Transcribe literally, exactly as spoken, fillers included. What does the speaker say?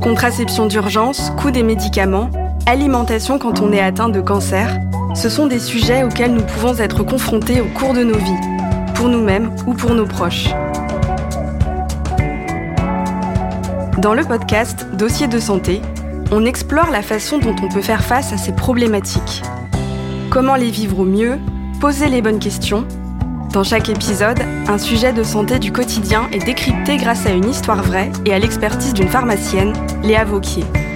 Contraception d'urgence, coût des médicaments, alimentation quand on est atteint de cancer, ce sont des sujets auxquels nous pouvons être confrontés au cours de nos vies, pour nous-mêmes ou pour nos proches. Dans le podcast Dossier de santé, on explore la façon dont on peut faire face à ces problématiques. Comment les vivre au mieux, poser les bonnes questions. Dans chaque épisode, un sujet de santé du quotidien est décrypté grâce à une histoire vraie et à l'expertise d'une pharmacienne, Léa Vauquier.